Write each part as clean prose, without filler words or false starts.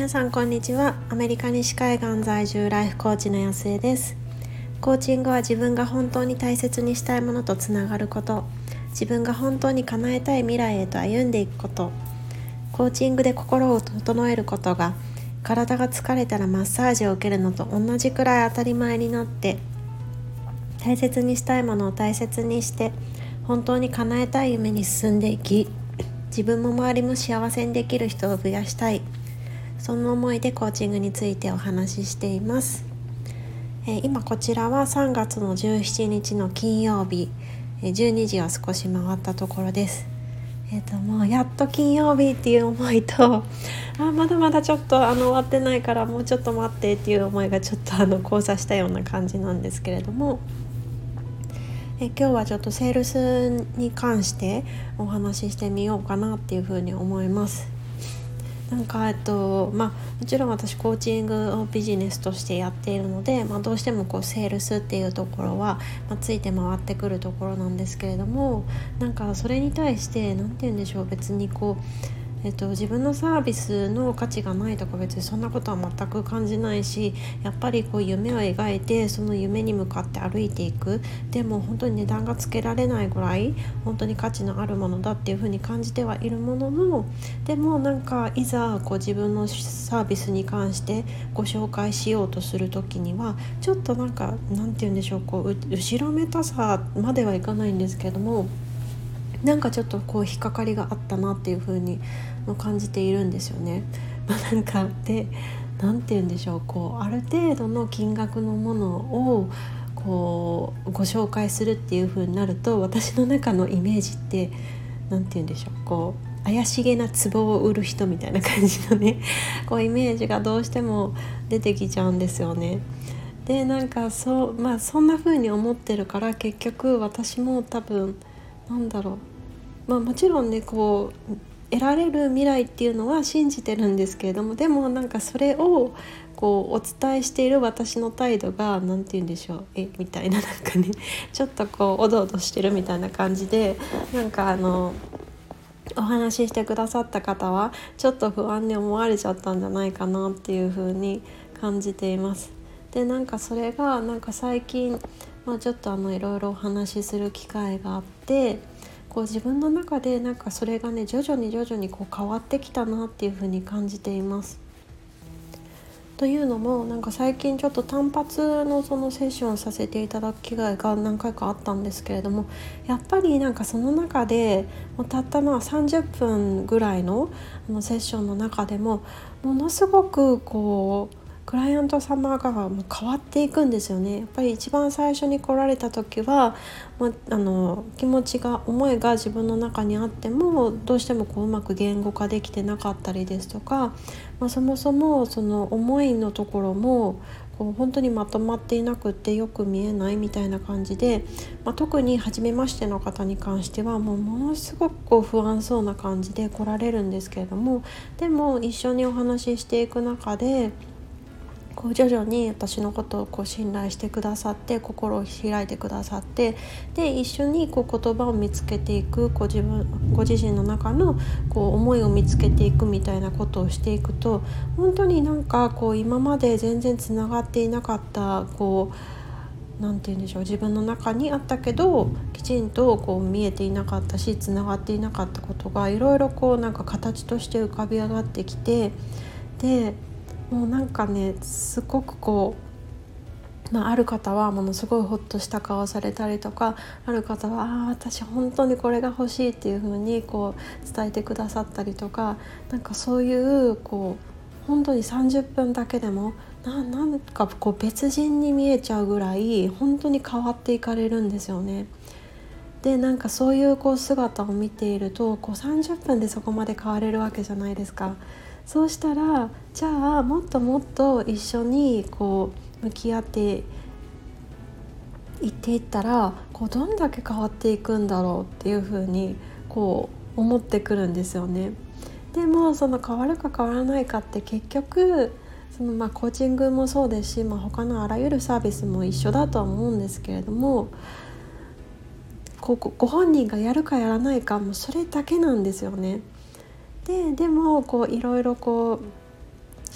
皆さんこんにちは。アメリカ西海岸在住ライフコーチの安江です。コーチングは自分が本当に大切にしたいものとつながること、自分が本当に叶えたい未来へと歩んでいくこと、コーチングで心を整えることが体が疲れたらマッサージを受けるのと同じくらい当たり前になって、大切にしたいものを大切にして本当に叶えたい夢に進んでいき、自分も周りも幸せにできる人を増やしたい、そんな思いでコーチングについてお話ししています。今こちらは3月の17日の金曜日、12時を少し回ったところです。もうやっと金曜日っていう思いと、まだまだちょっと終わってないからもうちょっと待ってっていう思いがちょっと交差したような感じなんですけれども、今日はちょっとセールスに関してお話ししてみようかなっていうふうに思います。もちろん私コーチングをビジネスとしてやっているので、どうしてもセールスっていうところは、ついて回ってくるところなんですけれども、それに対してなんて言うんでしょう、別に自分のサービスの価値がないとか別にそんなことは全く感じないし、やっぱり夢を描いてその夢に向かって歩いていく、でも本当に値段がつけられないぐらい本当に価値のあるものだっていうふうに感じてはいるものの、でもいざ自分のサービスに関してご紹介しようとする時にはちょっとなんて言うんでしょう、後ろめたさまではいかないんですけども、ちょっと引っかかりがあったなっていう風に感じているんですよね。でなんて言うんでしょう、ある程度の金額のものをご紹介するっていう風になると、私の中のイメージってなんて言うんでしょう、怪しげな壺を売る人みたいな感じのねイメージがどうしても出てきちゃうんですよね。でそんな風に思ってるから、結局私も多分もちろんね得られる未来っていうのは信じてるんですけれども、でもそれをお伝えしている私の態度がなんて言うんでしょう、みたいなちょっとおどおどしてるみたいな感じで、お話ししてくださった方はちょっと不安に思われちゃったんじゃないかなっていう風に感じています。でそれが最近、ちょっといろいろお話しする機会があって、自分の中でそれがね徐々に変わってきたなっていう風に感じています。というのも最近ちょっと単発のそのセッションをさせていただく機会が何回かあったんですけれども、やっぱりその中でたった30分ぐらいのセッションの中でもものすごくクライアント様が変わっていくんですよね。やっぱり一番最初に来られた時は、気持ちが思いが自分の中にあってもどうしてもうまく言語化できてなかったりですとか、そもそもその思いのところも本当にまとまっていなくってよく見えないみたいな感じで、特に初めましての方に関してはものすごく不安そうな感じで来られるんですけれども、でも一緒にお話ししていく中で徐々に私のことを信頼してくださって、心を開いてくださって、で一緒に言葉を見つけていく、ご自身の中の思いを見つけていくみたいなことをしていくと、本当に今まで全然つながっていなかったなんて言うんでしょう、自分の中にあったけどきちんと見えていなかったしつながっていなかったことがいろいろ形として浮かび上がってきて、でもうすごくある方はものすごいホッとした顔をされたりとか、ある方は私本当にこれが欲しいっていう風に伝えてくださったりとか、そういう本当に30分だけでも別人に見えちゃうぐらい本当に変わっていかれるんですよね。でそういう姿を見ていると30分でそこまで変われるわけじゃないですか。そうしたらじゃあもっともっと一緒に向き合っていっていったらどんだけ変わっていくんだろうっていうふうに思ってくるんですよね。でもその変わるか変わらないかって結局コーチングもそうですし、他のあらゆるサービスも一緒だとは思うんですけれども、ご本人がやるかやらないかもそれだけなんですよね。でもいろいろ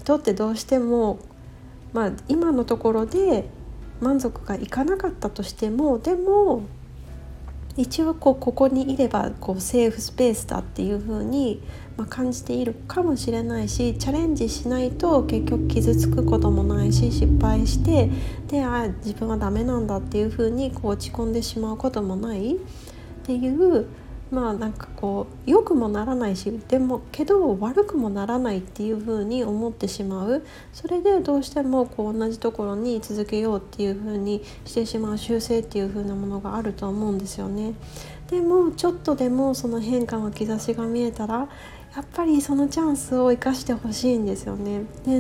人ってどうしても、今のところで満足がいかなかったとしても、でも一応ここにいればセーフスペースだっていう風に、感じているかもしれないし、チャレンジしないと結局傷つくこともないし、失敗してで自分はダメなんだっていう風に落ち込んでしまうこともないっていう、良くもならないし、でもけど悪くもならないっていう風に思ってしまう。それでどうしても同じところに続けようっていう風にしてしまう習性っていう風なものがあると思うんですよね。でもちょっとでもその変化の兆しが見えたら、やっぱりそのチャンスを生かしてほしいんですよね。で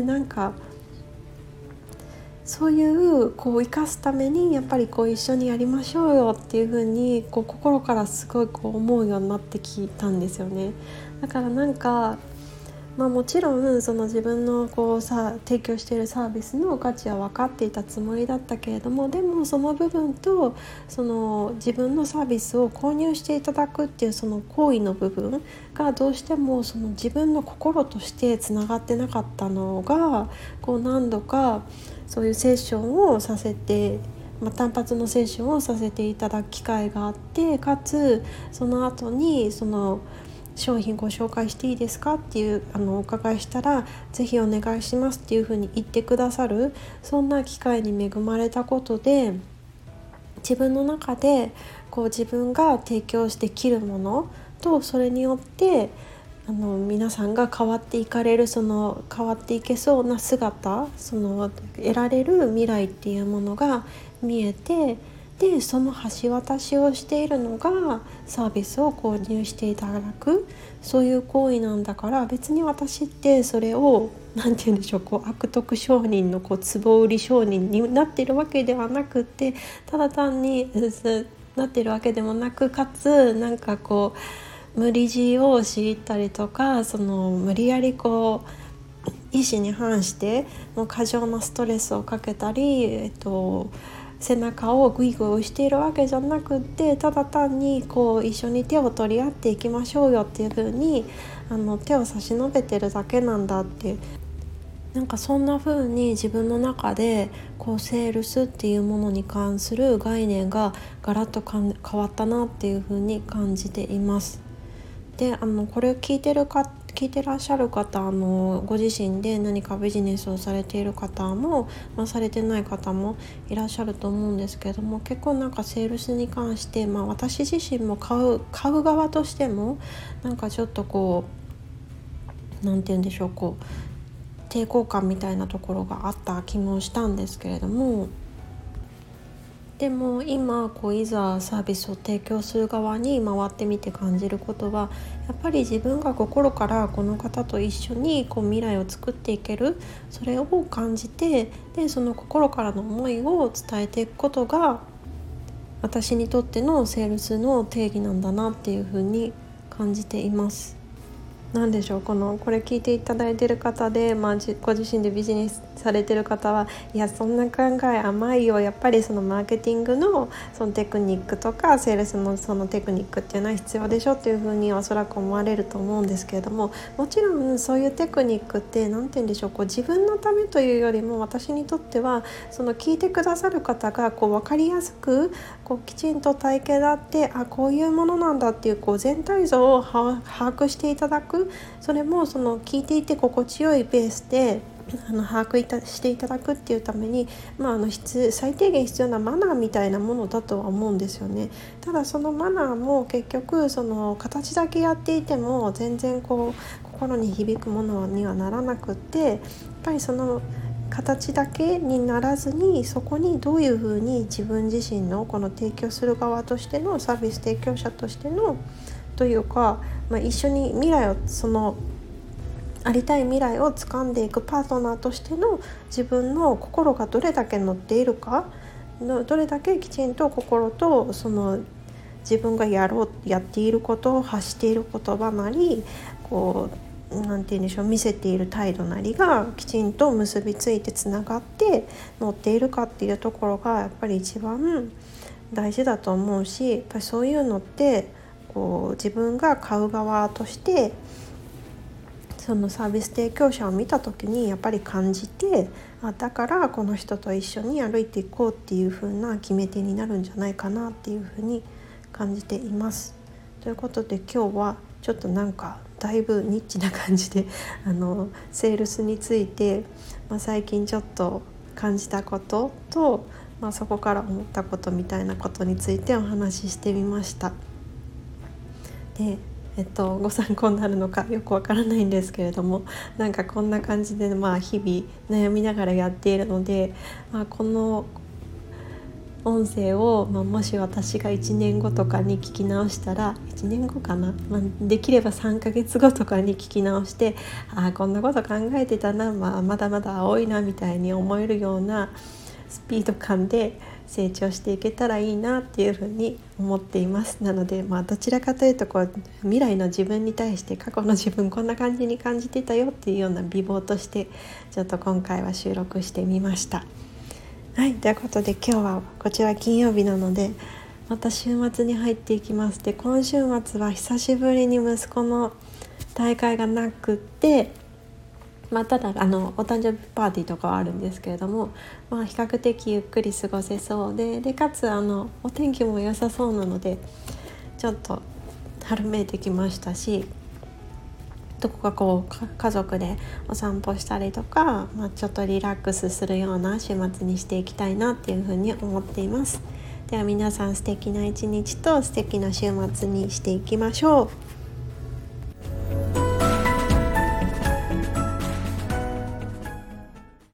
そういう生かすためにやっぱり一緒にやりましょうよっていう風に心からすごい思うようになってきたんですよね。だからもちろんその自分の提供しているサービスの価値は分かっていたつもりだったけれども、でもその部分とその自分のサービスを購入していただくっていうその行為の部分がどうしてもその自分の心としてつながってなかったのが、何度かそういうセッションをさせて、単発のセッションをさせていただく機会があって、かつその後にその商品ご紹介していいですかっていうお伺いしたら、ぜひお願いしますっていうふうに言ってくださる、そんな機会に恵まれたことで、自分の中で自分が提供してきるものと、それによって皆さんが変わっていかれる、その変わっていけそうな姿、その得られる未来っていうものが見えて、でその橋渡しをしているのがサービスを購入していただく、そういう行為なんだから、別に私ってそれをなんて言うんでしょう、悪徳商人の壺売り商人になっているわけではなくて、ただ単になっているわけでもなく、かつ無理強いを強いたりとか、その無理やり意思に反してもう過剰なストレスをかけたり、背中をグイグイ押しているわけじゃなくって、ただ単に一緒に手を取り合っていきましょうよっていう風に手を差し伸べてるだけなんだって、そんな風に自分の中でセールスっていうものに関する概念がガラッと変わったなっていう風に感じています。でこれを聞いてらっしゃる方、ご自身で何かビジネスをされている方も、されてない方もいらっしゃると思うんですけれども、結構セールスに関して、私自身も買う側としてもちょっとなんて言うんでしょう、抵抗感みたいなところがあった気もしたんですけれども、でも今いざサービスを提供する側に回ってみて感じることは、やっぱり自分が心からこの方と一緒に未来を作っていける、それを感じて、でその心からの思いを伝えていくことが私にとってのセールスの定義なんだなっていうふうに感じています。なんでしょう、これ聞いていただいている方で、ご自身でビジネスされている方は、いやそんな考え甘いよ、やっぱりそのマーケティングのそのテクニックとかセールスのそのテクニックっていうのは必要でしょっていうふうにおそらく思われると思うんですけれども、もちろんそういうテクニックってなんて言うんでしょう、自分のためというよりも、私にとってはその聞いてくださる方が分かりやすくきちんと体系だって、こういうものなんだっていう全体像を把握していただく、それもその聞いていて心地よいペースで把握していただくっていうために、最低限必要なマナーみたいなものだとは思うんですよね。ただそのマナーも結局その形だけやっていても全然心に響くものにはならなくって、やっぱりその形だけにならずに、そこにどういうふうに自分自身のこの提供する側としてのサービス提供者としてのというか、一緒に未来をありたい未来を掴んでいくパートナーとしての自分の心がどれだけ乗っているか、どれだけきちんと心とその自分がやっていることを発している言葉なり、なんて言うんでしょう、見せている態度なりがきちんと結びついてつながって乗っているかっていうところがやっぱり一番大事だと思うし、やっぱりそういうのって自分が買う側としてそのサービス提供者を見た時にやっぱり感じて、だからこの人と一緒に歩いていこうっていう風な決め手になるんじゃないかなっていう風に感じています。ということで今日はちょっとなんかだいぶニッチな感じでセールスについて、最近ちょっと感じたことと、そこから思ったことみたいなことについてお話ししてみました。でご参考になるのかよくわからないんですけれども、なんかこんな感じで日々悩みながらやっているので、この音声を、もし私が1年後とかに聞き直したら1年後かな、できれば3ヶ月後とかに聞き直して、こんなこと考えてたな、まだまだ青いなみたいに思えるようなスピード感で成長していけたらいいなっていうふうに思っています。なので、どちらかというと未来の自分に対して過去の自分こんな感じに感じてたよっていうような美貌としてちょっと今回は収録してみました。はい、ということで今日はこちら金曜日なのでまた週末に入っていきます。で、今週末は久しぶりに息子の大会がなくって、ただお誕生日パーティーとかはあるんですけれども、比較的ゆっくり過ごせそうで、かつお天気も良さそうなのでちょっと春めいてきましたし、どこか家族でお散歩したりとか、ちょっとリラックスするような週末にしていきたいなっていうふうに思っています。では皆さん素敵な一日と素敵な週末にしていきましょう。